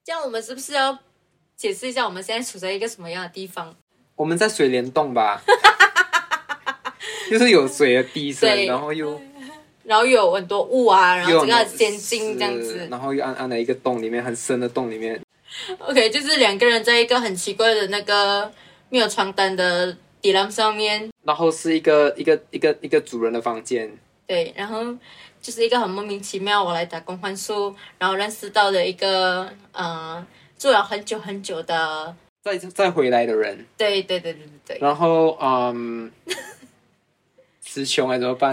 这样我们是不是要解释一下我们现在处在一个什么样的地方？ 我们在水帘洞吧，就是有水的地声，然后又有很多雾啊，然后这个仙境这样子， 然后又暗的一个洞里面，很深的洞里面。 OK， 就是两个人在一个很奇怪的那个没有床单的底廊上面， 然后是一个主人的房间。对， 然后就是一个很莫名其妙，我来打工换宿，然后认识到的一个住了很久很久的再回来的人。 对。 然后词穷还怎么办？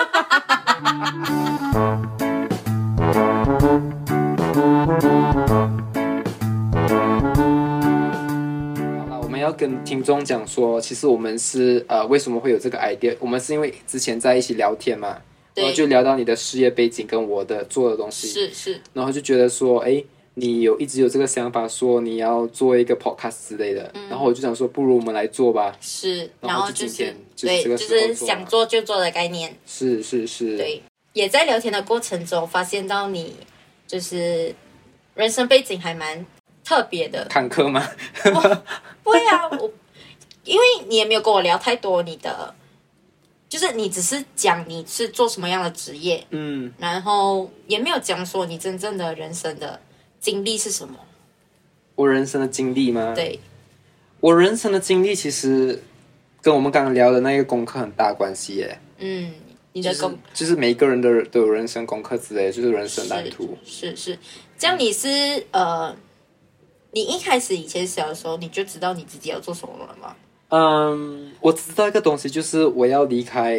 我们要跟听众讲说，其实我们是为什么会有这个 idea？ 我们是因为之前在一起聊天嘛，然后就聊到你的事业背景跟我的做的东西， 是， 然后就觉得说，哎，你一直有这个想法，说你要做一个 podcast 之类的，然后我就想说，不如我们来做吧。 是， 然后就今天对， 这个时候做就是想做就做的概念。 是， 对，也在聊天的过程中发现到你就是人生背景还蛮特别的。 坎坷吗？ 不会啊，因为你也没有跟我聊太多你的，就是你只是讲你是做什么样的职业，然后也没有讲说你真正的人生的经历是什么。 我人生的经历吗？ 对， 我人生的经历其实跟我们刚刚聊的那个功课很大关系耶。 你的就是每一个人都有人生功课之类的，就是人生蓝图。 是，这样你是你一开始以前小的时候你就知道你自己要做什么了吗？ 我知道一个东西，就是我要离开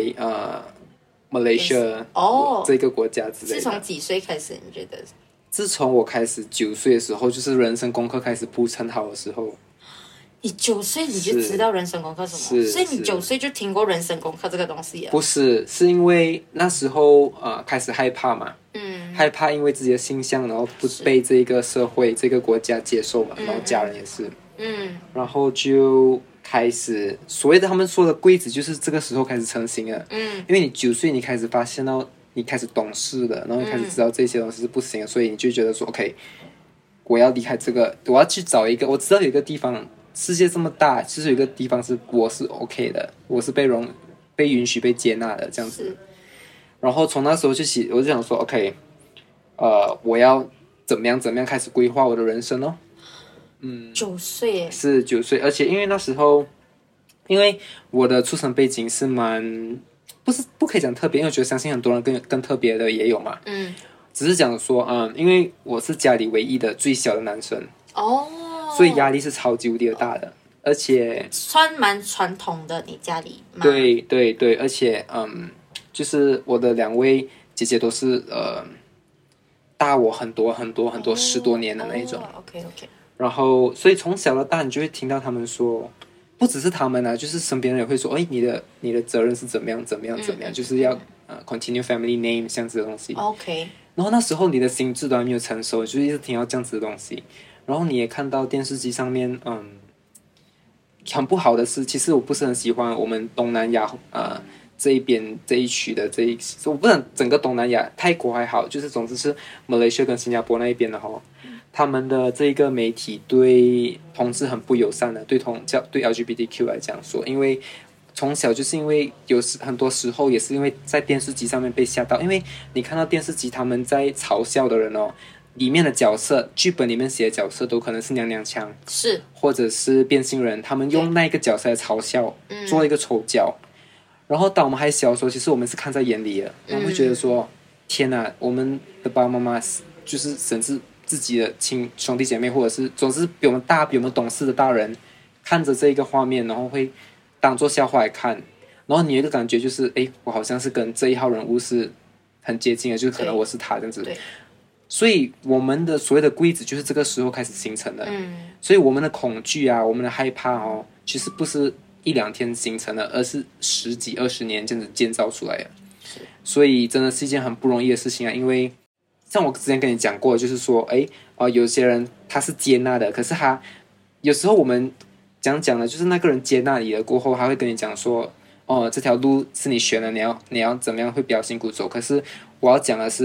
Malaysia 这个国家之类的。 是从几岁开始？你觉得？ 自从我开始9岁的时候，就是人生功课开始铺陈好的时候。 你9岁你就知道人生功课什么？所以你9岁就听过人生功课这个东西了？ 不是，是因为那时候开始害怕嘛。害怕因为自己的形象，然后不被这个社会、这个国家接受嘛，然后家人也是。然后就开始所谓的他们说的规则，就是这个时候开始成型了。因为你9岁，你开始发现到，你开始懂事了，然后你开始知道这些东西是不行的，所以你就觉得说 ，OK， 我要离开这个，我要去找一个，我知道有一个地方。世界这么大，就是有一个地方是我是 OK 的，我是被允许、被接纳的这样子。然后从那时候起，我就想说 ，OK， 我要怎么样开始规划我的人生哦。 9岁耶， 是9岁，而且因为那时候，因为我的出生背景是不可以讲特别，因为我觉得相信很多人更特别的也有嘛。只是讲说，因为我是家里唯一的最小的男生。所以压力是超级无敌的大的，而且算蛮传统的，你家里吗？ 对，而且就是我的2位姐姐都是大我很多10多年的那一种。 OK。 然后，所以从小到大，你就会听到他们说，不只是他们啊，就是身边人也会说，哎，你的责任是怎么样，就是要continue family name 这样子的东西。 OK。 然后那时候你的心智都还没有成熟，就一直听到这样子的东西。然后你也看到电视机上面，很不好的是，其实我不是很喜欢我们东南亚这一边这一区的我不能整个东南亚，泰国还好，就是总之是马来西亚跟新加坡那一边的他们的这个媒体对同志很不友善的，对 LGBTQ 来讲说，因为从小就是因为很多时候也是因为在电视机上面被吓到，因为你看到电视机他们在嘲笑的人里面的角色，剧本里面写的角色都可能是娘娘腔， 是或者是变性人，他们用那一个角色来嘲笑，做一个丑角。然后当我们还小的时候，其实我们是看在眼里的，我们会觉得说，天哪，我们的爸爸妈妈就是甚至自己的兄弟姐妹，或者是总是比我们大、比我们懂事的大人，看着这一个画面，然后会当做笑话来看，然后你有一个感觉就是，哎，我好像是跟这一号人物是很接近的，就是可能我是他这样子。所以我们的所谓的规则就是这个时候开始形成的。所以我们的恐惧啊，我们的害怕其实不是1、2天形成的，而是10几20年这样子建造出来的。所以真的是一件很不容易的事情啊，因为像我之前跟你讲过，就是说，有些人他是接纳的，可是他有时候我们讲的，就是那个人接纳你了过后，他会跟你讲说，这条路是你选的，你要怎么样会比较辛苦走。可是我要讲的是，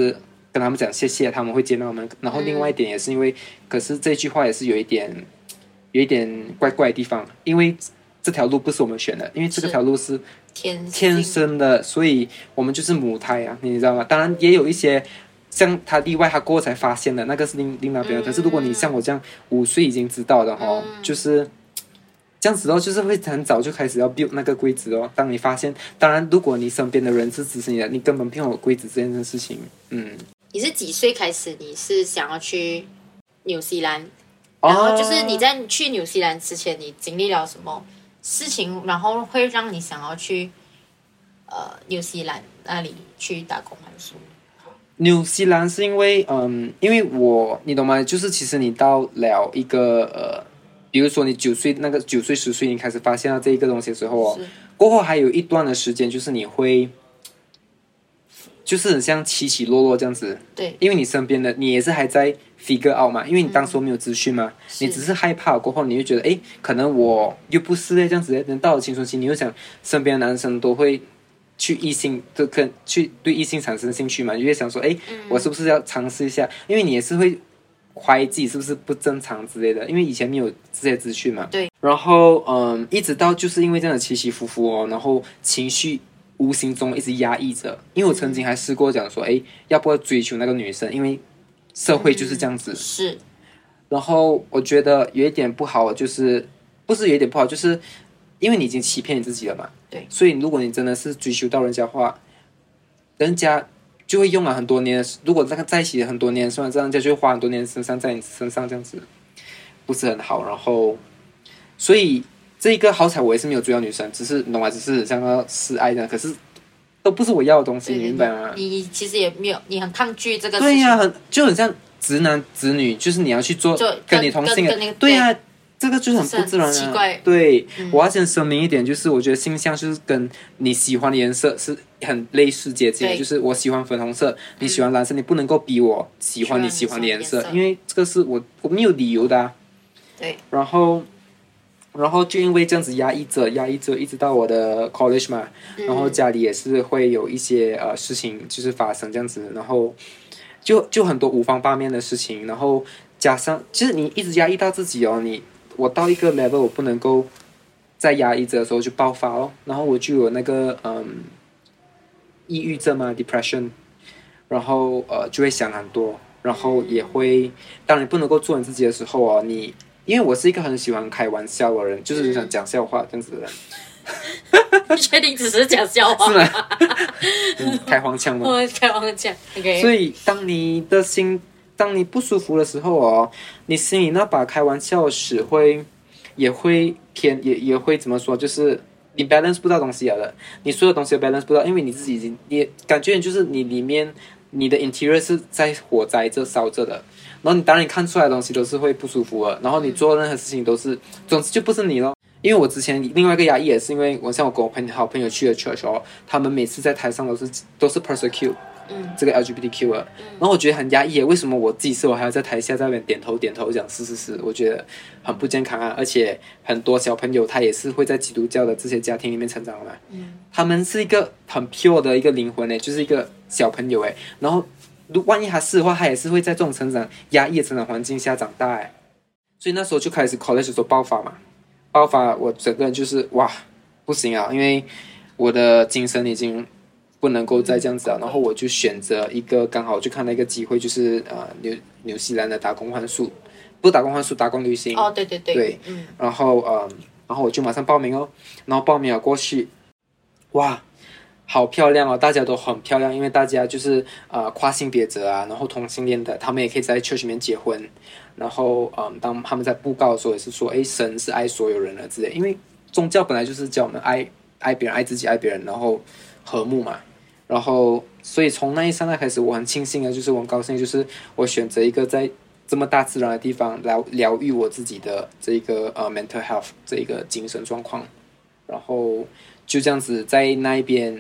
跟他们讲谢谢，他们会接纳我们。然后另外一点也是因为，可是这句话也是有一点怪怪的地方，因为这条路不是我们选的，因为这条路是天生的，所以我们就是母胎啊，你知道吗？当然也有一些像他例外，他过后才发现的那个是另那边。可是如果你像我这样5岁已经知道的就是这样子哦，就是会很早就开始要 build 那个规则哦。当你发现，当然如果你身边的人是支持你的，你根本没有规则这件事情。 你是几岁开始？你是想要去纽西兰？然后就是你在去纽西兰之前，你经历了什么事情，然后会让你想要去纽西兰那里去打工换宿？ 纽西兰是因为因为你懂吗？就是其实你到了一个比如说你9岁10岁，你开始发现到这一个东西的时候过后还有一段的时间，就是你会。就是很像起起落落这样子， 对， 因为你身边的你也是还在 figure out 嘛，因为你当时没有资讯嘛，你只是害怕过后，你就觉得可能我又不是这样子，等到了青春期，你又想身边的男生都会去去对异性产生兴趣嘛，你就会想说，我是不是要尝试一下？因为你也是会怀疑自己是不是不正常之类的，因为以前没有这些资讯嘛， 对， 然后一直到就是因为这样的起起伏伏然后情绪。无形中一直压抑着，因为我曾经还试过讲说，要不要追求那个女生？因为社会就是这样子。 是。 然后我觉得有一点不好，就是不是有一点不好，就是因为你已经欺骗你自己了嘛。 对。 所以如果你真的是追求到人家的话，人家就会用了很多年。如果在一起很多年，虽然这样，人家就会花很多年在你身上，这样子不是很好。然后，所以。这一个好彩我也是没有追到女生，只是懂吗？只是像要示爱这样，可是都不是我要的东西，你明白吗？ 你其实也没有，你很抗拒这个事情。对呀，就很像直男直女，就是你要去做跟你同性的，对呀，这个就是很不自然奇怪。 对，我要先声明一点，就是我觉得性向就是跟你喜欢的颜色是很类似接近的，就是我喜欢粉红色，你喜欢蓝色，你不能够逼我喜欢你喜欢的颜色，因为这个是我没有理由的。 对， 然后就因为这样子压抑着，一直到我的 college 嘛，然后家里也是会有一些事情就是发生这样子，然后就很多五方八面的事情，然后加上就是你一直压抑到自己我到一个 level 我不能够再压抑着的时候就爆发然后我就有那个抑郁症嘛 depression， 然后就会想很多，然后也会当你不能够做你自己的时候因为我是一个很喜欢开玩笑的人，就是想讲笑话这样子的人。 你确定只是讲笑话？ 是吗？开黄腔吗？ 开黄腔。OK。 所以当你不舒服的时候你心里那把开玩笑的屎也会怎么说？就是你 balance 不到东西了，你所有东西都 balance 不到，因为你自己已经也感觉就是你里面你的 interior 是在火灾着烧着的。然后你当然看出来的东西都是会不舒服的，然后你做任何事情都是，总之就不是你咯。因为我之前另外一个压抑也是因为我跟我好朋友去了 church 他们每次在台上都是 persecute 这个 LGBTQ 然后我觉得很压抑，为什么我自己是我还要在台下在那边点头讲是，我觉得很不健康而且很多小朋友他也是会在基督教的这些家庭里面成长的嘛，他们是一个很 pure 的一个灵魂就是一个小朋友然后万一他是的话，他也是会在这种压抑的成长环境下长大所以那时候就开始 college 的时候爆发，我整个人就是哇不行因为我的精神已经不能够再这样子然后我就选择一个刚好就看到一个机会，就是纽西兰的打工换宿，不是打工换宿，打工旅行。 对， 然后我就马上报名然后报名了过去，哇。好漂亮大家都很漂亮，因为大家就是跨性别者然后同性恋的，他们也可以在 church 里面结婚，然后当他们在布告的时候也是说，神是爱所有人的之类，因为宗教本来就是叫我们爱别人，爱自己，爱别人，然后和睦嘛，然后所以从那一刹那开始，我很庆幸就是我很高兴，就是我选择一个在这么大自然的地方来疗愈我自己的这一个mental health 这一个精神状况，然后。就这样子在那一边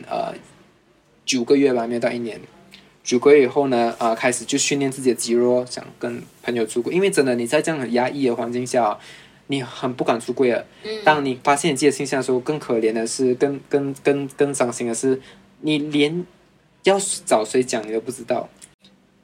9个月吧，没有到1年。9个月以后呢开始就训练自己的肌肉，想跟朋友出轨，因为真的你在这样很压抑的环境下你很不敢出柜了。当你发现你自己的性向的时候，更可怜的是更伤心的是，你连要找谁讲你都不知道。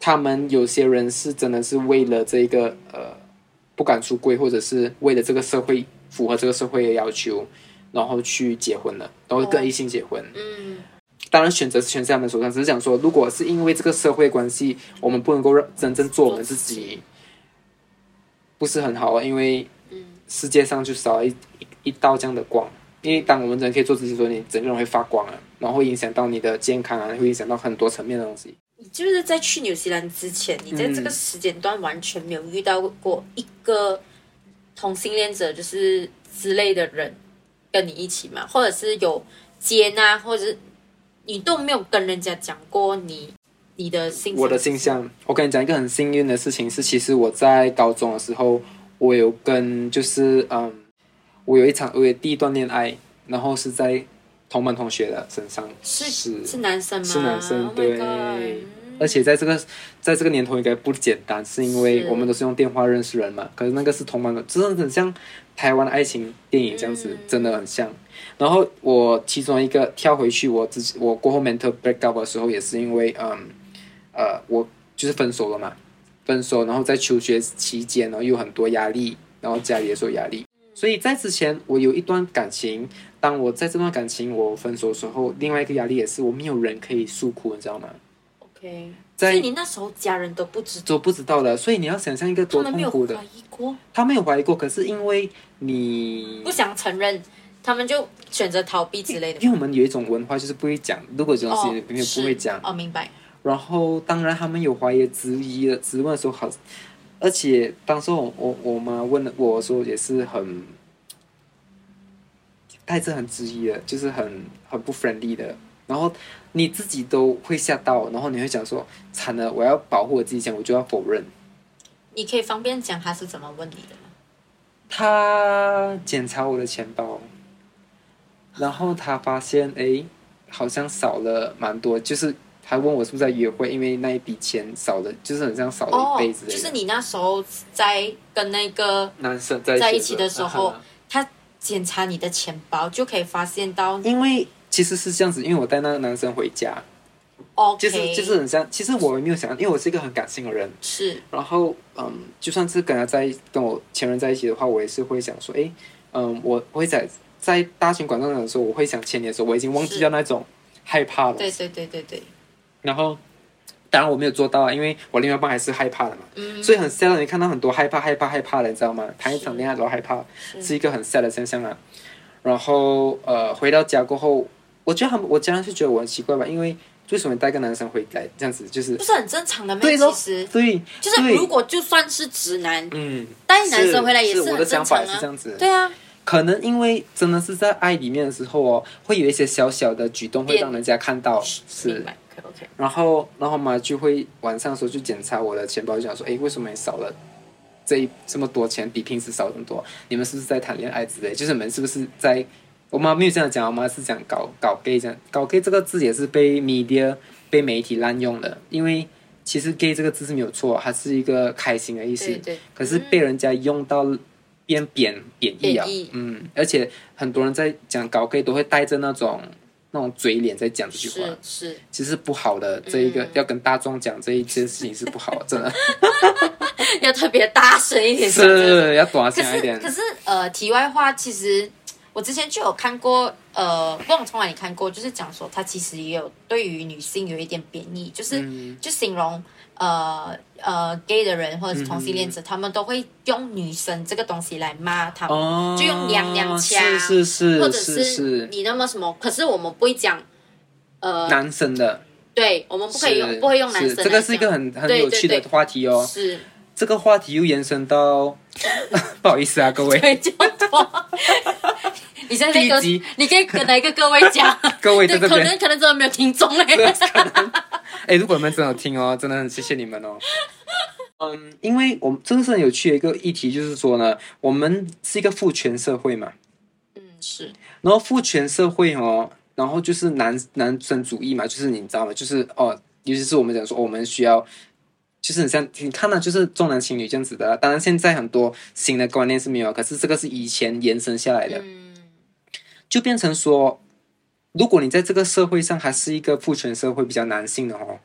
他们有些人是真的是为了这个不敢出柜，或者是为了这个社会符合这个社会的要求，然后去结婚了，然后跟异性结婚。当然选择是权在他们手上，只是讲说，如果是因为这个社会关系，我们不能够真正做我们自己，不是很好啊，因为世界上就少了一道这样的光。因为当我们人可以做自己的时候，你整个人会发光啊，然后会影响到你的健康啊，会影响到很多层面的东西。 你就是在去纽西兰之前，你在这个时间段完全没有遇到过一个同性恋者，就是之类的人跟你一起嘛，或者是有接纳，或者是你都没有跟人家讲过你的性向。 我的性向，我跟你讲一个很幸运的事情是，其实我在高中的时候，我有跟就是我有第一段恋爱，然后是在同班同学的身上， 是男生吗？ 是男生， Oh 对。而且在这个年头应该不简单，是因为我们都是用电话认识人嘛。可是那个是同班的，真的很像台湾的爱情电影这样子，真的很像。然后我其中一个跳回去，我过后 mental breakup 的时候，也是因为我就是分手了嘛，然后在求学期间，然后又有很多压力，然后家里也受压力。所以在之前我有一段感情，当我在这段感情我分手的时候，另外一个压力也是我没有人可以诉苦，你知道吗？ OK， 所以你那时候家人都不知道的，所以你要想象一个多痛苦的。他们有怀疑过，可是因为你不想承认，他们就选择逃避之类的。 因为我们有一种文化就是不会讲，如果这种事情你不会讲。 明白。然后当然他们有怀疑质疑的质问的时候，好。而且当时我妈问了我说，也是很带着很质疑的，就是很不 friendly 的。然后你自己都会吓到，然后你会想说，惨了，我要保护我自己，我就要否认。 你可以方便讲他是怎么问你的吗？ 他检查我的钱包，然后他发现好像少了蛮多，就是他问我是不是在约会，因为那一笔钱少了，就是很像少了一辈子。 就是你那时候在跟那个男生在一起的时候，他检查你的钱包就可以发现到， 因为其实是这样子，因为我带那个男生回家。就是很像，其实我也没有想，因为我是一个很感性的人， 是。 然后就算是跟我前任在一起的话，我也是会想说，我会在大庭广众的时候，我会想前年的时候，我已经忘记掉那种害怕了。 对。 然后，当然我没有做到啊，因为我另外一半还是害怕的嘛，所以很 sad 的，你看到很多害怕的，你知道吗？谈一场恋爱都害怕，是一个很 sad 的现象啊。然后回到家过后，我觉得我家人是觉得我很奇怪吧，因为为什么带个男生回来这样子，就是不是很正常的吗？ 对其实对， 就是如果就算是直男，带男生回来也是很正常啊。 我的想法是这样子， 对啊。 可能因为真的是在爱里面的时候会有一些小小的举动会让人家看到，是。 OK。 然后嘛就会晚上的时候去检查我的钱包，就想说，为什么你少了这么多钱，比平时少很多？你们是不是在谈恋爱之类？就是你们是不是在？我妈没有这样讲，我妈是讲搞 gay 这样，搞 gay 这个字也是被媒体滥用的，因为其实 gay 这个字是没有错，它是一个开心的意思， 对。 可是被人家用到变贬义啊，而且很多人在讲搞 gay 都会带着那种嘴脸在讲这句话， 是， 其实不好的。这一个要跟大众讲这一件事情是不好的，真的。 要特别大声一点， 是要大声一点。 可是题外话，其实我之前就有看过，不知道从哪里看过，就是讲说他其实也有对于女性有一点贬义，就形容gay 的人或者是同性恋者，他们都会用女生这个东西来骂他们，就用娘娘腔， 是， 或者是你那么什么，可是我们不会讲男生的， 对，我们不会用男生来讲。 这个是一个很有趣的话题哦。 是。 这个话题又延伸到，不好意思啊，各位。 对，就多。你现在你可以跟哪一个各位讲？ 各位在这边， 可能真的没有听众嘞。 如果你们真的有听哦，真的很谢谢你们哦。因为我们这个是很有趣的一个议题，就是说呢，我们是一个父权社会嘛。 是。 然后父权社会哦，然后就是男生主义嘛，就是你知道吗？就是尤其是我们讲说，我们需要。就是很像你看到就是重男轻女这样子的，当然现在很多新的观念是没有，可是这个是以前延伸下来的，就变成说，如果你在这个社会上还是一个父权社会比较男性的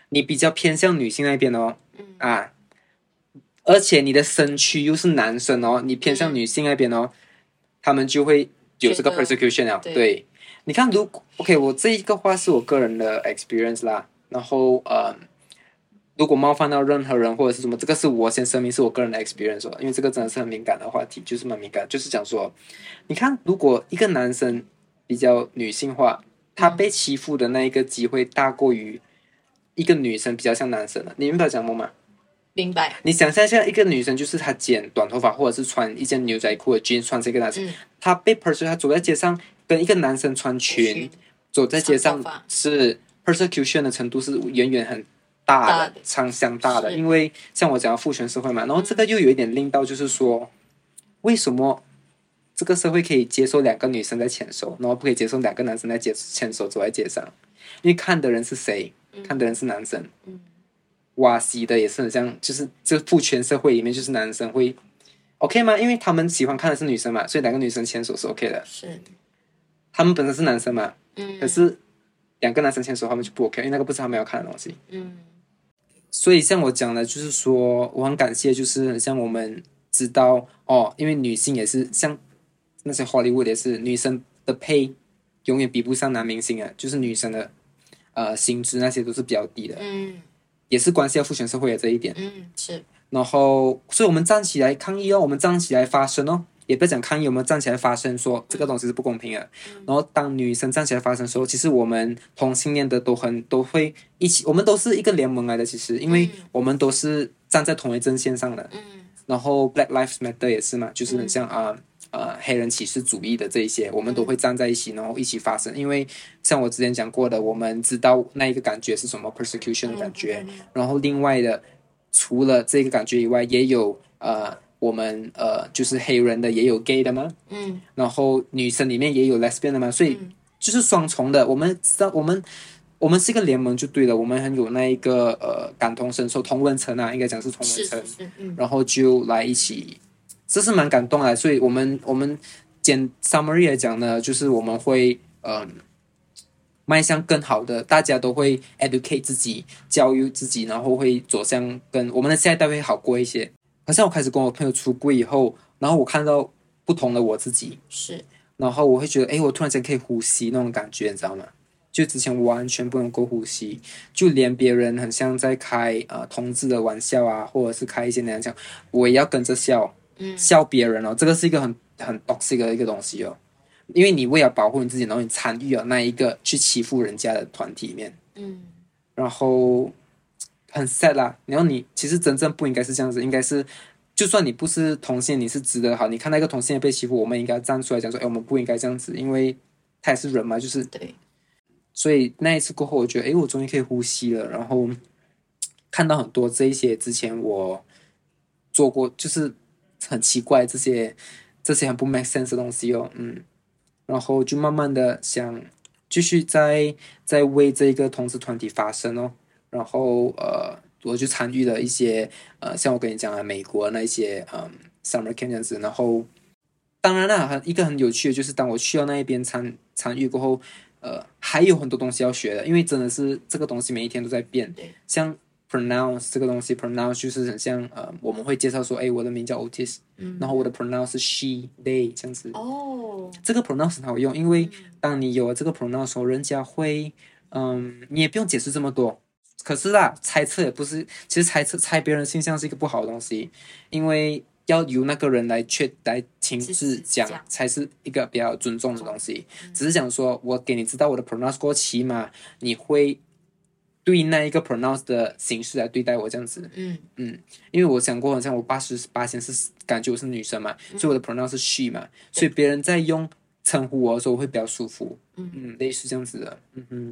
你比较偏向女性那边哦，而且你的身躯又是男生哦，你偏向女性那边哦，他们就会有这个 persecution 了。对，你看，OK， 我这一个话是我个人的 experience 啦，然后如果冒犯到任何人或者是什么，这个是我先声明是我个人的 experience 因为这个真的是很敏感的话题，就是蛮敏感，就是讲说，你看，如果一个男生比较女性化，他被欺负的那一个机会大过于一个女生比较像男生的，你明白讲什么吗？ 明白。 你想象一下，一个女生就是她剪短头发，或者是穿一件牛仔裤的 jeans， 穿这个男生，她被 persecution， 她走在街上跟一个男生穿裙走在街上，是 persecution 的程度是远远很大的，相大的。因为像我讲的父权社会嘛，然后这个又有一点令到，就是说，为什么这个社会可以接受2个女生在牵手，然后不可以接受2个男生在牵手走在街上？因为看的人是谁？看的人是男生。瓦西的也是很像，就是这父权社会里面就是男生会 OK 吗？因为他们喜欢看的是女生嘛，所以2个女生牵手是 OK 的。 是， 他们本身是男生嘛，可是2个男生牵手他们就不 OK，因为那个不是他们要看的东西。所以像我讲的，就是说我很感谢，就是很像我们知道哦，因为女性也是像那些 Hollywood 也是女生的pay永远比不上男明星啊，就是女生的薪资那些都是比较低的。也是关系到父权社会的这一点。 是。 然后，所以我们站起来抗议哦，我们站起来发声哦，也不要讲抗议，我们站起来发声说这个东西是不公平的。然后，当女生站起来发声的时候，其实我们同性恋的都会一起，我们都是一个联盟来的。其实，因为我们都是站在同一阵线上的。然后 Black Lives Matter 也是嘛，就是很像黑人歧视主义的这一些，我们都会站在一起，然后一起发声。因为像我之前讲过的，我们知道那一个感觉是什么 persecution 的感觉。然后另外的，除了这个感觉以外，也有我们就是黑人的也有 gay 的嘛。然后女生里面也有 lesbian 的嘛，所以就是双重的。我们知道我们是一个联盟就对了，我们很有那一个感同身受同温层啊，应该讲是同温层。然后就来一起。这是蛮感动的，所以我们简 summary 来讲呢，就是我们会迈向更好的，大家都会 educate 自己，教育自己，然后会走向跟我们的下一代会好过一些。好像我开始跟我朋友出柜以后，然后我看到不同的我自己， 是， 然后我会觉得，我突然间可以呼吸那种感觉，你知道吗？就之前完全不能够呼吸，就连别人很像在开同志的玩笑啊，或者是开一些那样讲，我也要跟着笑。笑别人哦，这个是一个很 toxic 的一个东西哦，因为你为了保护你自己，然后你参与了那一个去欺负人家的团体里面，然后很 sad 啦。然后你其实真正不应该是这样子，应该是就算你不是同性，你是值得好，你看那个同性被欺负，我们应该站出来讲说，我们不应该这样子，因为他也是人嘛，就是对。 所以那一次过后，我觉得我终于可以呼吸了，然后看到很多这一些之前我做过就是很奇怪这些很不 make sense 的东西哦，然后就慢慢的想继续在为这个同志团体发声哦，然后我就参与了一些像我跟你讲的美国那一些summer camp 这样子，然后当然啦，一个很有趣的就是当我去到那一边参与过后，还有很多东西要学的，因为真的是这个东西每一天都在变，像pronounce 这个东西 pronounce 就是很像我们会介绍说我的名叫 Otis，然后我的 pronounce 是 she they 这样子。这个 pronounce 很好用，因为当你有了这个 pronounce 后，人家会你也不用解释这么多。可是啦，猜测也不是，其实猜别人性向是一个不好的东西，因为要由那个人来亲自讲才是一个比较尊重的东西。只是讲说我给你知道我的 pronounce 过，起码你会对那一个 pronounce 的形式来对待我这样子。因为我想过，好像我88%是感觉我是女生嘛，所以我的 pronounce 是 she 嘛，所以别人在用称呼我的时候，我会比较舒服。类似这样子的。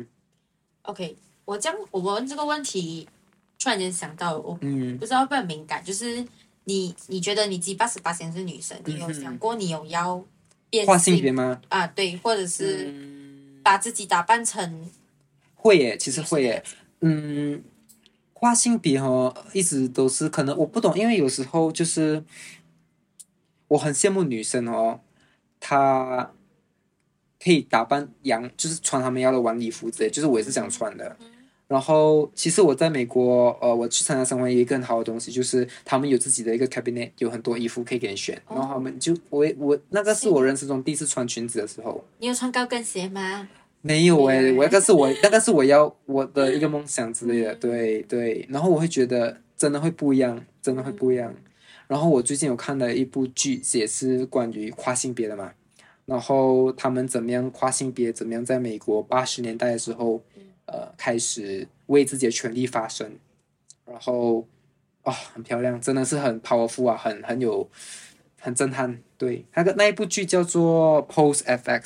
OK， 我问这个问题，突然间想到，我不知道会不会很敏感，就是你觉得你自己88%是女生，你有想过你有要变跨性别吗？ 对，或者是把自己打扮成会耶，其实会耶。跨性别一直都是可能我不懂，因为有时候就是我很羡慕女生她可以打扮就是穿他们要的晚礼服之类，就是我也是想穿的。 然后其实我在美国，我去参加生活有一个很好的东西，就是他们有自己的一个 cabinet， 有很多衣服可以给你选。然后他们就我那个是我人生中第一次穿裙子的时候。 你有穿高跟鞋吗？ 没有那个是我的一个梦想之类的，对对。然后我会觉得真的会不一样，真的会不一样。然后我最近有看了一部剧，也是关于跨性别的嘛。然后他们怎么样跨性别，怎么样在美国80年代的时候，开始为自己的权利发声。然后很漂亮，真的是很 powerful 啊，很震撼。对，那一部剧叫做 Pose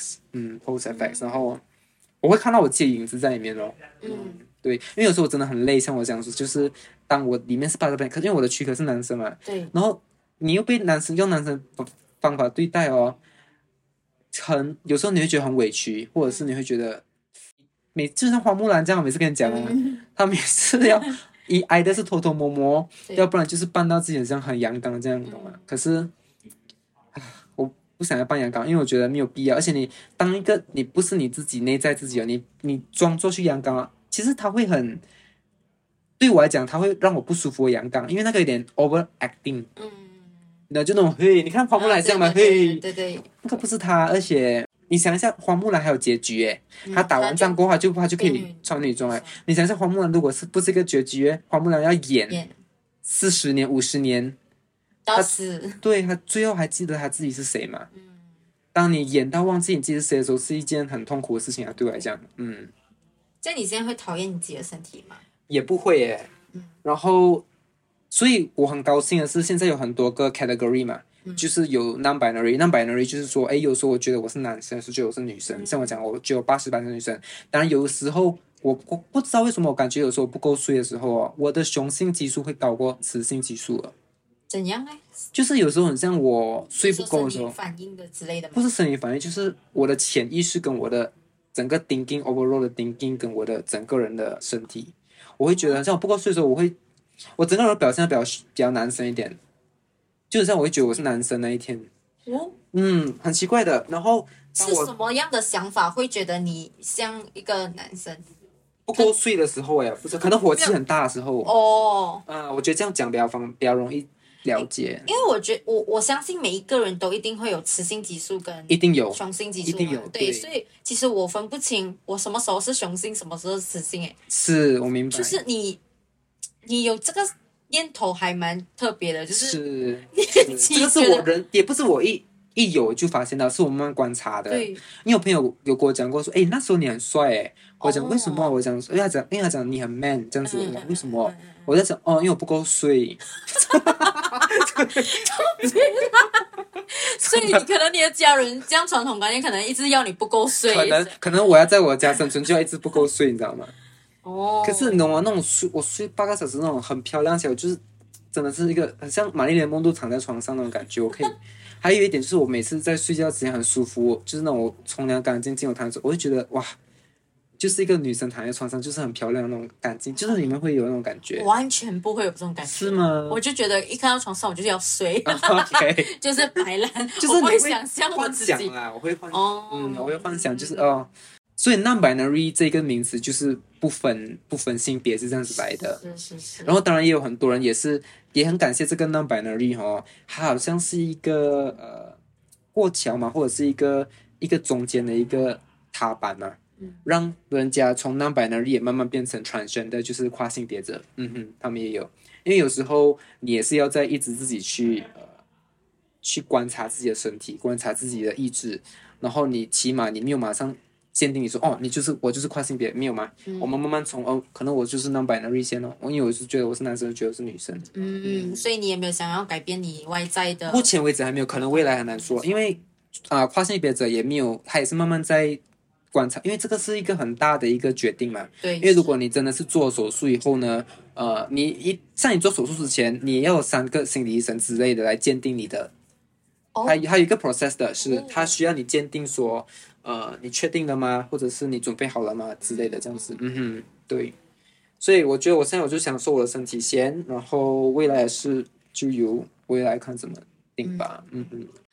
FX，Pose FX，然后我会看到我自己的影子在里面咯。对，因为有时候我真的很累，像我这样说，就是当我里面是8个可因为我的躯壳是男生嘛， 对， 然后你又被用男生方法对待哦，有时候你会觉得很委屈，或者是你会觉得就像花木兰这样，每次跟你讲啊，他每次要挨的是偷偷摸摸，要不然就是扮到自己像很阳刚这样，懂吗？可是我不想要扮阳刚，因为我觉得没有必要。而且你当一个你不是你自己内在自己哦，你装作去阳刚啊，其实他会对我来讲，他会让我不舒服的阳刚，因为那个有点 overacting。那就那种嘿，你看花木兰这样嘛，嘿， 对， 那个不是他，而且你想一下，花木兰还有结局诶，他打完仗过后他就可以穿女装哎。你想一下，花木兰如果不是一个结局，花木兰要演40年50年， 到死， 对，他最后还记得他自己是谁嘛？当你演到忘记你自己是谁的时候，是一件很痛苦的事情啊，对我来讲， 这样你现在会讨厌你自己的身体吗？ 也不会耶。然后，所以我很高兴的是，现在有很多个 category 嘛。就是有 non-binary 就是说，有时候我觉得我是男生，有时候觉得我是女生。像我讲，我觉得我80%是女生。当然，有的时候我不知道为什么，我感觉有时候不够睡的时候我的雄性激素会高过雌性激素了。 怎样呢？ 就是有时候很像我睡不够的时候， 反应的之类的吗？ 不是生理反应，就是我的潜意识跟我的整个 thinking overall 的 thinking 跟我的整个人的身体，我会觉得像我不够睡的时候，我整个人表现得比较男生一点。就像我会觉得我是男生那一天，很奇怪的。然后是什么样的想法会觉得你像一个男生？ 不够睡的时候不是，可能火气很大的时候。我觉得这样讲比较容易了解。 因为我相信每一个人都一定会有雌性激素跟一定有雄性激素， 一定有。 对，所以其实我分不清我什么时候是雄性，什么时候是雌性。 是我明白。 就是你有这个念头还蛮特别的，就是这个是我也不是我一有就发现到，是我慢慢观察的。 对， 因为我朋友有跟我讲过说，那时候你很帅我讲为什么？我讲因为他讲你很 man 这样子。我讲为什么？我在想因为我不够睡。 所以可能你的家人这样传统观念，可能一直要你不够睡。 可能我要在我家生存，就要一直不够睡，你知道吗？可是你懂吗？那种我睡8个小时那种很漂亮起来，就是真的是一个很像玛丽莲梦露躺在床上那种感觉。我可以，还有一点就是我每次在睡觉之前很舒服，就是那种我冲凉干净进我躺的时候，我会觉得哇，就是一个女生躺在床上，就是很漂亮那种干净，就是你们会有那种感觉。 完全不会有这种感觉。 是吗？ 我就觉得一看到床上我就是要睡。 OK， 就是摆烂， 就是我会想象我自己。 我会幻想就是所以 non-binary 这个名词就是不分性别是这样子来的。 是。 然后当然也有很多人也很感谢这个 non-binary 它好像是一个过桥嘛，或者是一个中间的一个踏板嘛，让人家从 non-binary 也慢慢变成 transgender， 就是跨性别者。他们也有，因为有时候你也是要在一直自己去观察自己的身体，观察自己的意志，然后你起码你没有马上鉴定你说我就是跨性别，没有吗？我们慢慢从可能我就是 non-binary 先因为我是觉得我是男生，觉得我是女生。 所以你也没有想要改变你外在的。 目前为止还没有，可能未来很难说，因为跨性别者也没有，他也是慢慢在观察，因为这个是一个很大的一个决定嘛。 对。 因为如果你真的是做手术以后呢，像你做手术之前，你也要有3个心理医生之类的来鉴定你的。还有一个 process 的是，他需要你鉴定说，你确定了吗？或者是你准备好了吗？之类的这样子。对。所以我觉得我现在就享受我的身体先，然后未来的事就由未来看怎么定吧。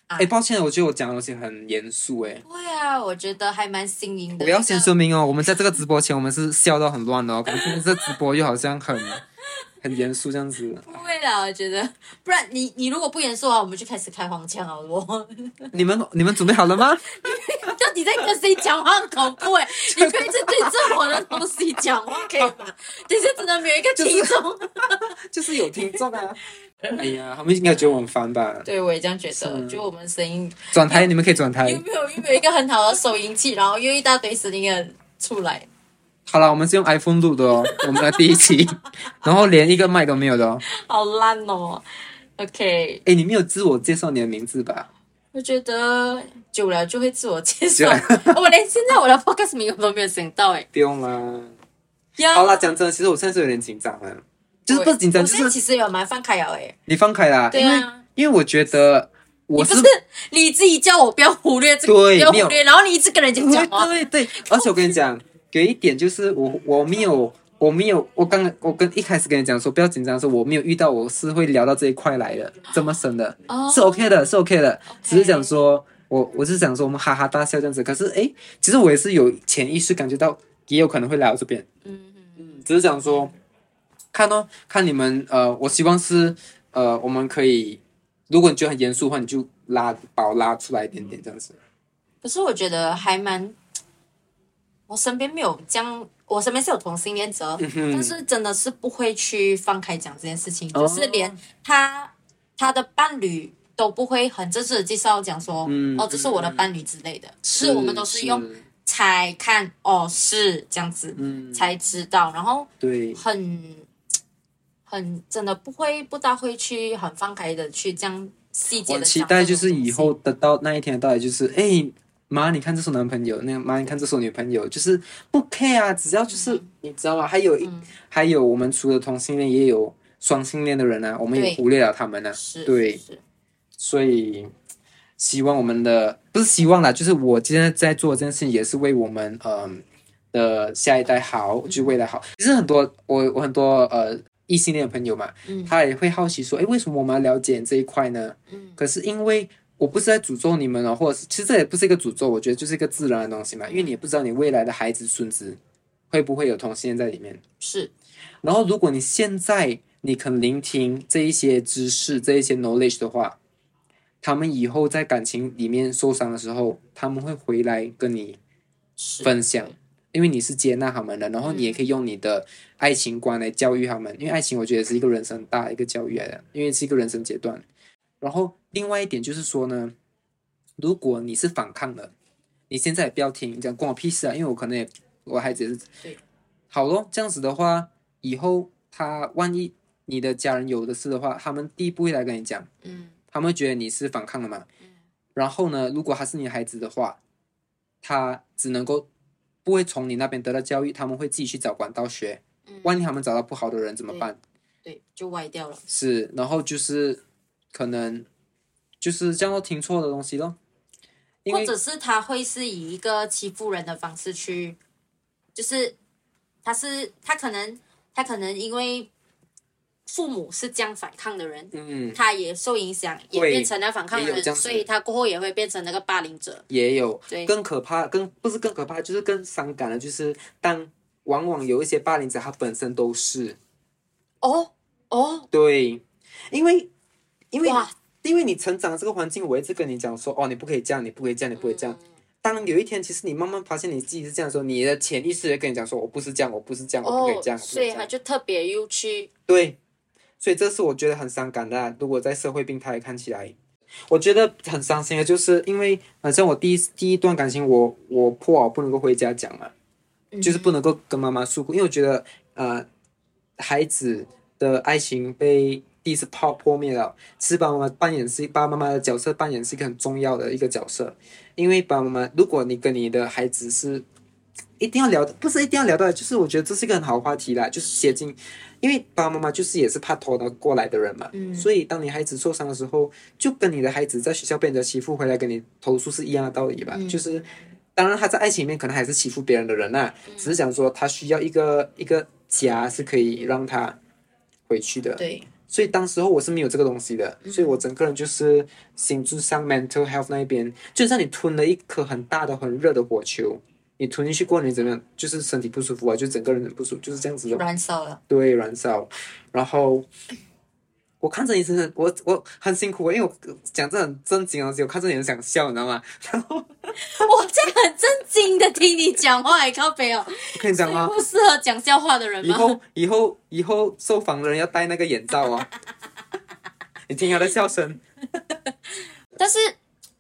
抱歉，我觉得我讲的东西很严肃对啊，我觉得还蛮新颖的。 我要先说明哦，我们在这个直播前我们是笑到很乱的哦，可是这直播又好像很严肃这样子。 不会啦，我觉得，不然你如果不严肃的话，我们就开始开黄腔好了。 你们准备好了吗？ 到底在跟谁讲话很恐怖哎！你不要一直对着我的东西讲话可以吗？等一下真的没有一个听众， 就是有听众啊。哎呀，他们应该觉得我很烦吧？ 对，我也这样觉得。就我们声音转台，你们可以转台。 有没有一个很好的收音器，然后又一大堆声音的出来？ 好了，我们是用 iPhone 录的哦，我们的第一期，然后连一个麦都没有的哦。 好烂哦。OK。 你没有自我介绍你的名字吧？ 我觉得久了就会自我介绍。我连现在我的 podcast 名我都没有想到哎。 不用啦。好啦，讲真的，其实我现在是有点紧张了。就是不紧张，就是我现在其实有蛮放开了哎。 你放开啦， 对啊， 因为我觉得你不是你自己叫我不要忽略这个，不要忽略，然后你一直跟人家讲话。 对，而且我跟你讲，有一点就是我没有，我一开始跟你讲说不要紧张的时候，我没有遇到我是会聊到这一块来的这么深的，是 OK 的，是 OK 的，只是讲说我是想说我们哈哈大笑这样子，可是其实我也是有潜意识感觉到也有可能会来到这边，只是讲说。看你们我希望是我们可以，如果你觉得很严肃的话，你就把我拉出来一点点这样子。 可是我觉得还蛮，我身边没有这样，我身边是有同性恋者，但是真的是不会去放开讲这件事情，就是连他的伴侣都不会很正式的介绍讲说，这是我的伴侣之类的，是我们都是用猜看是这样子，才知道，然后对很真的不大会去很放开的去这样细节的。 我期待就是以后的到那一天到来，就是妈，你看这是我男朋友，妈，你看这是我女朋友，就是不 care 啊，只要就是你知道吗？还有我们除了同性恋，也有双性恋的人啊，我们也忽略了他们啊，对，所以希望我们的不是希望啦，就是我今天在做这件事情，也是为我们的下一代好，就未来好。其实很多我很多异性恋的朋友嘛，他也会好奇说，为什么我们要了解这一块呢？可是因为我不是在诅咒你们哦，或者是其实这也不是一个诅咒，我觉得就是一个自然的东西嘛，因为你也不知道你未来的孩子孙子会不会有同性恋在里面。 是。 然后如果你现在你肯聆听这一些知识，这一些 knowledge 的话，他们以后在感情里面受伤的时候，他们会回来跟你分享。因为你是接纳他们的，然后你也可以用你的爱情观来教育他们，因为爱情我觉得是一个人生很大的一个教育来的，因为是一个人生阶段。然后另外一点就是说呢，如果你是反抗的，你现在也不要听，你讲关我屁事啊，因为我可能我孩子也是好咯，这样子的话，以后他万一你的家人有的事的话，他们第一步会来跟你讲，他们会觉得你是反抗的嘛，然后呢，如果他是你的孩子的话，他只能够不会从你那边得到教育，他们会自己去找管道学。万一他们找到不好的人怎么办？ 对，就歪掉了。 是，然后就是可能就是这样听错的东西咯。 或者是他会是以一个欺负人的方式去，就是他可能因为父母是这样反抗的人，他也受影响，也变成了反抗的人，所以他过后也会变成那个霸凌者。 也有，更可怕，不是更可怕，就是更伤感的，就是往往有一些霸凌者，他本身都是，对，因为你成长这个环境，我一直跟你讲说，你不可以这样，你不可以这样，你不可以这样。当有一天，其实你慢慢发现你自己是这样的时候，你的潜意识会跟你讲说，我不是这样，我不是这样，我不可以这样。 所以他就特别又去对。所以这是我觉得很伤感的如果在社会病态看起来，我觉得很伤心的，就是因为好像我第一段感情，我破好不能够回家讲嘛，就是不能够跟妈妈诉苦，因为我觉得孩子的爱情被第一次破灭了，其实爸爸妈妈的角色扮演是一个很重要的一个角色，因为爸爸妈妈，如果你跟你的孩子是一定要聊的，不是一定要聊的，就是我觉得这是一个很好的话题啦，就是接近，因为爸爸妈妈就是也是怕拖得过来的人嘛，所以当你孩子受伤的时候，就跟你的孩子在学校被人家欺负回来跟你投诉是一样的道理吧，就是当然他在爱情里面可能还是欺负别人的人啦，只是讲说他需要一个家是可以让他回去的， 所以当时候我是没有这个东西的，所以我整个人就是心智上 mental health 那一边，就像你吞了一颗很大的很热的火球，你吞进去过后你怎么样？就是身体不舒服啊，就整个人很不舒服，就是这样子的。 燃烧了。 对，燃烧。然后我看着你真的，我很辛苦，因为我讲这很正经的东西，我看着你很想笑，你知道吗？然后我这样很震惊的听你讲话，还靠北哦。 我跟你讲啊， 不适合讲笑话的人吗？ 以后受访的人要戴那个眼罩哦。你听他的笑声。 但是，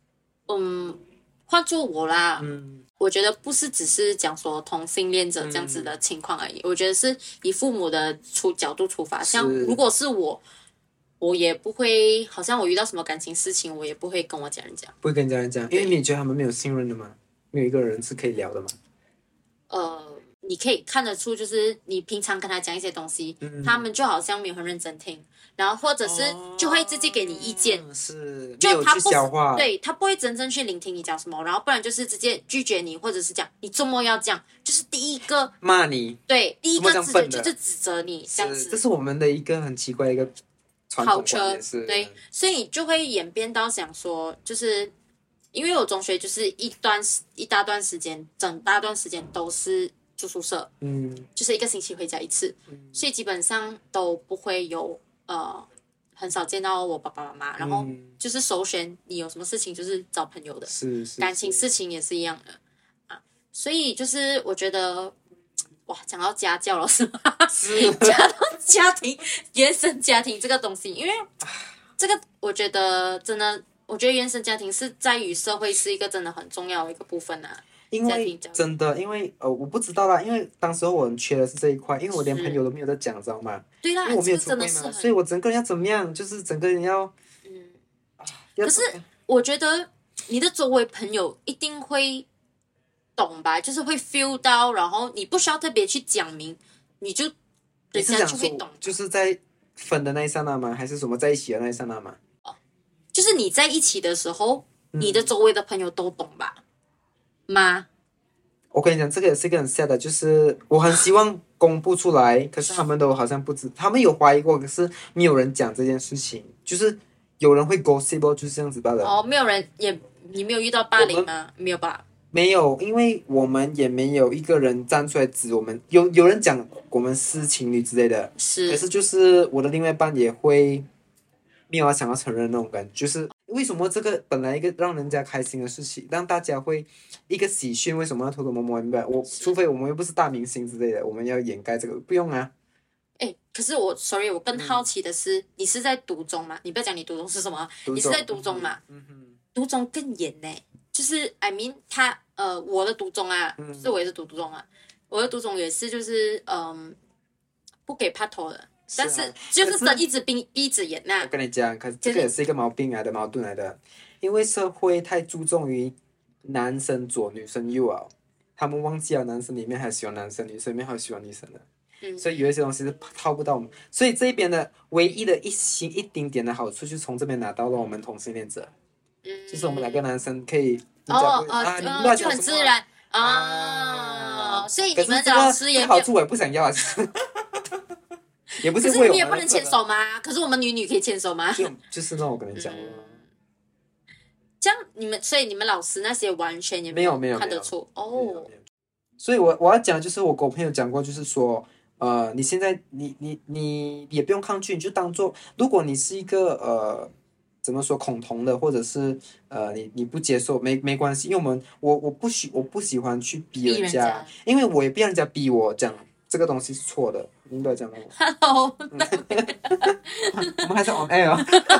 换做我啦，我觉得不是只是讲说同性恋者这样子的情况而已，我觉得是以父母的角度出发，像如果是我也不会，好像我遇到什么感情事情，我也不会跟我家人讲， 不会跟家人讲，因为你觉得他们没有信任的吗？没有一个人是可以聊的吗？ 你可以看得出，就是你平常跟他讲一些东西，他们就好像没有很认真听，然后或者是就会直接给你意见， 是， 就他不消化， 对他不会真正去聆听你讲什么，然后不然就是直接拒绝你，或者是讲你周末要这样，就是第一个骂你， 对，第一个直觉就是指责你这样子， 这是我们的一个很奇怪的一个传统观念，是， 对，所以你就会演变到想说，就是因为我中学就是一大段时间，整大段时间都是住宿舍，就是一个星期回家一次，所以基本上都不会有很少见到我爸爸妈妈，然后就是首选你有什么事情就是找朋友的， 是感情事情也是一样的啊，所以就是我觉得。哇，讲到家教了是吗？讲到家庭、原生家庭这个东西，因为这个我觉得真的，我觉得原生家庭是在于社会是一个真的很重要的一个部分啊。 因为真的，因为我不知道啦，因为当时候我很缺的是这一块，因为我连朋友都没有在讲，知道吗？ 对啦， 因为我没有出柜嘛，所以我整个人要怎么样，就是整个人要， 可是我觉得你的周围朋友一定会。懂吧，就是会 feel 到，然后你不需要特别去讲明，人家就会懂。 就是在分的那一刹那吗？还是什么在一起的那一刹那吗？ 就是你在一起的时候，你的周围的朋友都懂吧？吗？ 我跟你讲，这个也是一个很 sad 的，就是我很希望公布出来，可是他们都好像不知，他们有怀疑过，可是没有人讲这件事情，就是有人会 gossip， 就是这样子罢了。 哦，没有人你没有遇到霸凌吗？没有吧？ 没有，因为我们也没有一个人站出来指我们，有人讲我们是情侣之类的，可是就是我的另外一半也会没有想要承认那种感觉，就是为什么这个本来一个让人家开心的事情，让大家会一个喜讯，为什么要偷偷摸摸？明白？除非我们又不是大明星之类的，我们要掩盖这个，不用啊。 可是我更好奇的是，你是在读中吗？你不要讲你读中是什么，你是在读中嘛？读中更严呢。就是I mean 我的读中啊，是我也是读中啊，我的读中也是就是不给拍头的，但是就是睁一只闭着眼呐。 我跟你讲，可是这个也是一个毛病来的，矛盾来的，因为社会太注重于男生左女生右啊，他们忘记了男生里面还喜欢男生，女生里面还有喜欢女生的，所以有一些东西是套不到我们，所以这边的唯一的一丁点的好处，就从这边拿到了我们同性恋者。就是我们两个男生可以就很自然所以你们的老师也好处我也不想要啊，也不是为我们。 可是你也不能牵手吗？可是我们女可以牵手吗？ 就是那我跟你讲这样所以你们老师那些完全也没有看得出哦。 所以我要讲就是我跟我朋友讲过，就是说你现在你也不用抗拒，你就当做如果你是一个怎么说恐同的，或者是你不接受没关系，因为我不喜欢去逼人家，因为我也不让人家逼我讲这个东西是错的，你不要讲吗 ？Hello， 我们还是 on air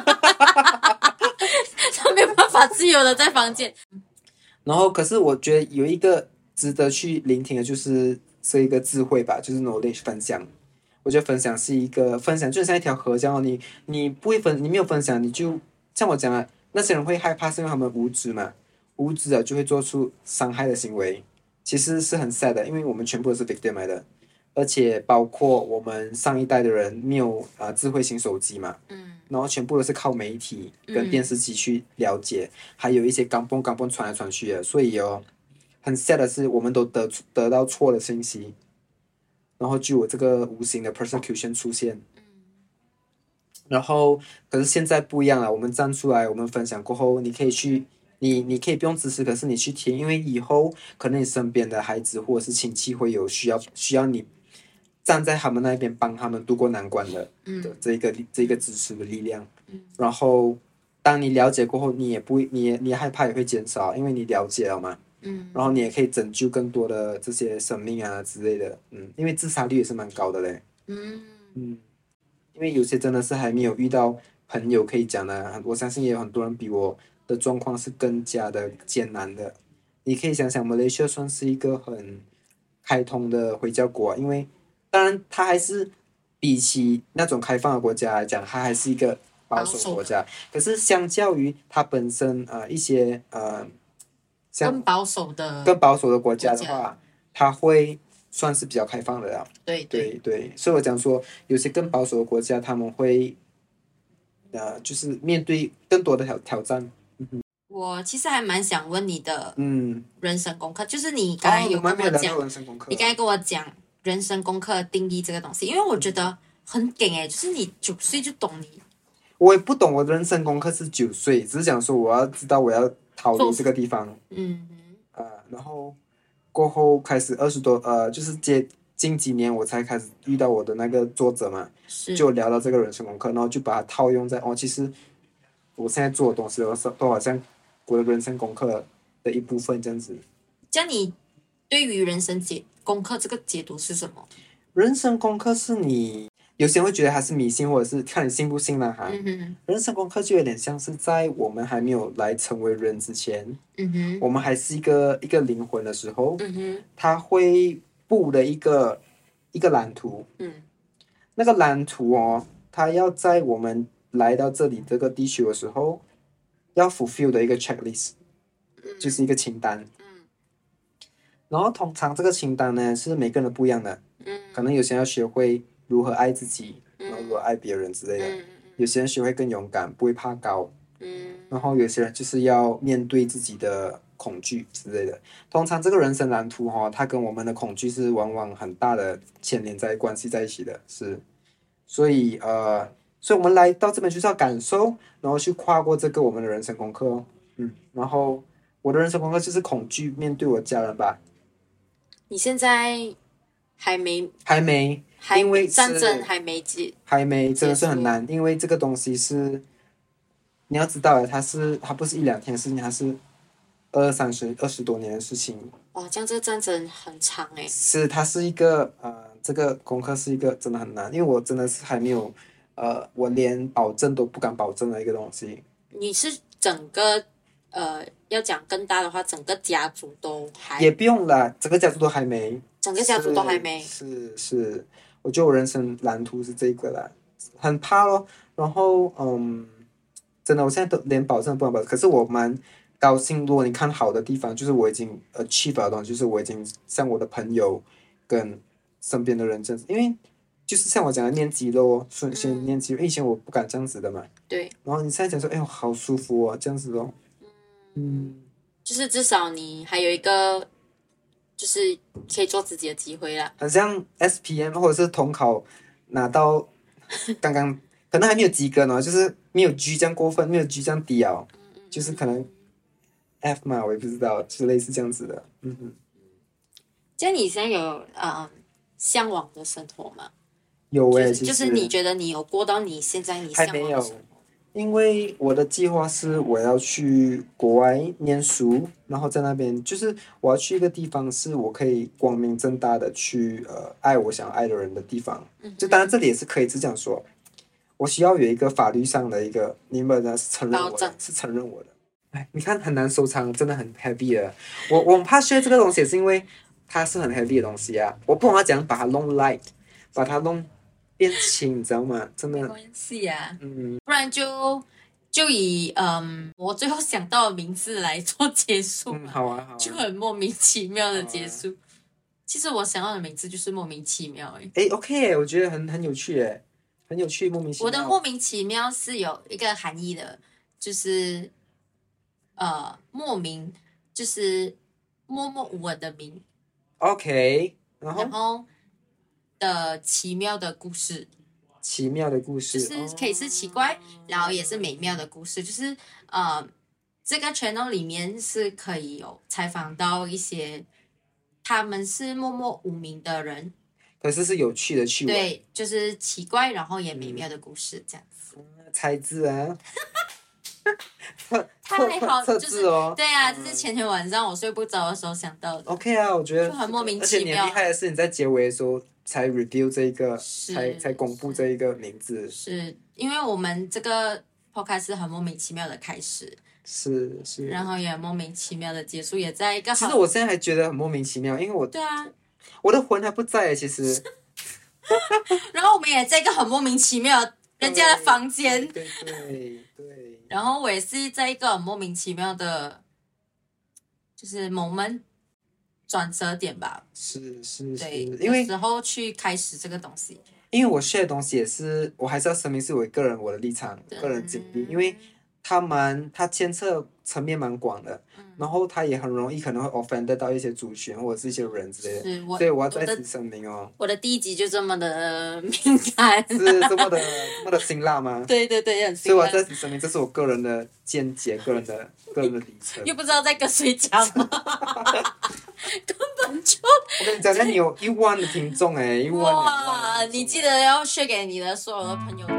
他没有办法自由的在房间。 然后，可是我觉得有一个值得去聆听的，就是这一个智慧吧，就是 knowledge 分享。我觉得分享是一个分享，就像一条河这样，你不会你没有分享，你就像我讲的，那些人会害怕，是因为他们无知嘛，无知的就会做出伤害的行为，其实是很 sad 的，因为我们全部都是 victim 来的，而且包括我们上一代的人没有智慧型手机嘛，然后全部都是靠媒体跟电视机去了解，还有一些港蹦传来传去的，所以很 sad 的是，我们都得到错的信息，然后就有这个无形的 persecution 出现。 然后可是现在不一样了，我们站出来，我们分享过后，你可以去，你可以不用支持，可是你去听，因为以后可能你身边的孩子或者是亲戚会有需要你站在他们那边帮他们度过难关的这个支持的力量。然后当你了解过后，你害怕也会减少，因为你了解了嘛。然后你也可以拯救更多的这些生命啊之类的。因为自杀率也是蛮高的嘞。因为有些真的是还没有遇到朋友可以讲的，我相信也有很多人比我的状况是更加的艰难的。你可以想想，马来西亚算是一个很开通的回教国，因为当然它还是比起那种开放的国家来讲，它还是一个保守国家。可是相较于它本身一些更保守的国家的话，它会算是比较开放的了。对，所以我讲说，有些更保守的国家，他们会就是面对更多的挑战。 我其实还蛮想问你的人生功课，就是你刚才有跟我讲，你刚才跟我讲人生功课定义这个东西，因为我觉得很梗就是你9岁就懂你。 我也不懂我的人生功课是9岁，只是讲说我要知道我要逃离这个地方。然后过后开始20多就是近几年我才开始遇到我的那个作者嘛，就聊到这个人生功课，然后就把它套用在其实我现在做的东西都好像我的人生功课的一部分这样子。 这样你对于人生功课这个解读是什么？ 人生功课是你有些人会觉得它是迷信，或者是看你信不信啦哈。人生功课就有点像是在我们还没有来成为人之前，我们还是一个灵魂的时候，他会布的一个蓝图。那个蓝图它要在我们来到这里这个地球的时候，要 fulfill 的一个 checklist，就是一个清单。然后通常这个清单呢是每个人都不一样的。可能有些人要学会如何爱自己，然后如何爱别人之类的。有些人学会更勇敢，不会怕高。然后有些人就是要面对自己的恐惧之类的。通常这个人生蓝图它跟我们的恐惧是往往很大的牵连在关系在一起的，是。所以我们来到这边就是要感受，然后去跨过这个我们的人生功课。然后我的人生功课就是恐惧面对我的家人吧。 你现在还没， 因为战争还没真的是很难，因为这个东西是你要知道它不是1-2天的事情，它是20多年的事情。 哇，这样这个战争很长是，它是一个这个功课是一个真的很难，因为我真的是还没有我连保证都不敢保证的一个东西。 你是整个要讲更大的话，整个家族都还也不用啦，整个家族都还没。是，我觉得我人生蓝图是这个啦，很怕咯。然后真的我现在都连保证都不能保证，可是我蛮高兴。如果你看好的地方，就是我已经achieve的东西，就是我已经像我的朋友跟身边的人这样子，因为就是像我讲的练肌肉瞬间练肌肉，以前我不敢这样子的嘛。 对。 然后你现在讲说，哎呦，好舒服这样子哦。 就是至少你还有一个，就是可以做自己的机会啦。 很像 SPM 或者是统考拿到刚刚可能还没有及格呢，就是没有 G 这样过分，没有 G 这样低就是可能 F 嘛，我也不知道，就是类似这样子的。 这样你现在有向往的生活吗？ 有就是你觉得你有过到你现在你向往的生活？还没有。 因为我的计划是我要去国外念书，然后在那边就是我要去一个地方，是我可以光明正大的去爱我想爱的人的地方。就当然这里也是可以是这样说，我需要有一个法律上的一个你们的是承认我的，是承认我的。哎，你看很难收藏，真的很 heavy 的。我很怕学这个东西，也是因为它是很 heavy 的东西啊。我不懂要怎样把它弄 light， 把它弄变轻，你知道吗？真的。 没关系啊。不然就以我最后想到的名字来做结束。 好啊。 就很莫名其妙的结束。其实我想要的名字就是莫名其妙 OK 我觉得很有趣很有趣，莫名其妙。 我的莫名其妙是有一个含义的，就是莫名就是默默无闻的名。 OK， 然后的奇妙的故事。 奇妙的故事， 就是可以是奇怪，然后也是美妙的故事。就是这个 channel 里面是可以有采访到一些他们是默默无名的人， 可是有趣的趣闻， 对，就是奇怪然后也美妙的故事这样子。 猜字啊。 太好， 就是哦， 对啊，就是前天晚上我睡不着的时候想到的。 OK 啊，我觉得就很莫名其妙。 而且你很厉害的是，你在结尾的时候才 reveal 这一个，才公布这一个名字。 是因为我们这个 podcast 是很莫名其妙的开始， 是， 然后也莫名其妙的结束，也在一个。 其实我现在还觉得很莫名其妙，因为对啊， 我的魂还不在其实。 然后我们也在一个很莫名其妙人家的房间， 对。 然后我也是在一个很莫名其妙的，就是 moment 转折点吧。 是， 对， 因为有时候去开始这个东西。 因为我share的东西也是，我还是要声明是我的立场、个人经历，因为它牵涉层面蛮广的，然后它也很容易可能会 offend 到一些族群或者是一些人之类的，所以我要再次声明哦。 我的第一集就这么的敏感， 是这么的辛辣吗？ 对，很辛辣。 所以我要再次声明，这是我个人的见解，个人的里程。 又不知道在跟谁讲吗？根本就…… 我跟你讲，那你有1万的听众1万。 哇！你记得要share给你的所有的朋友。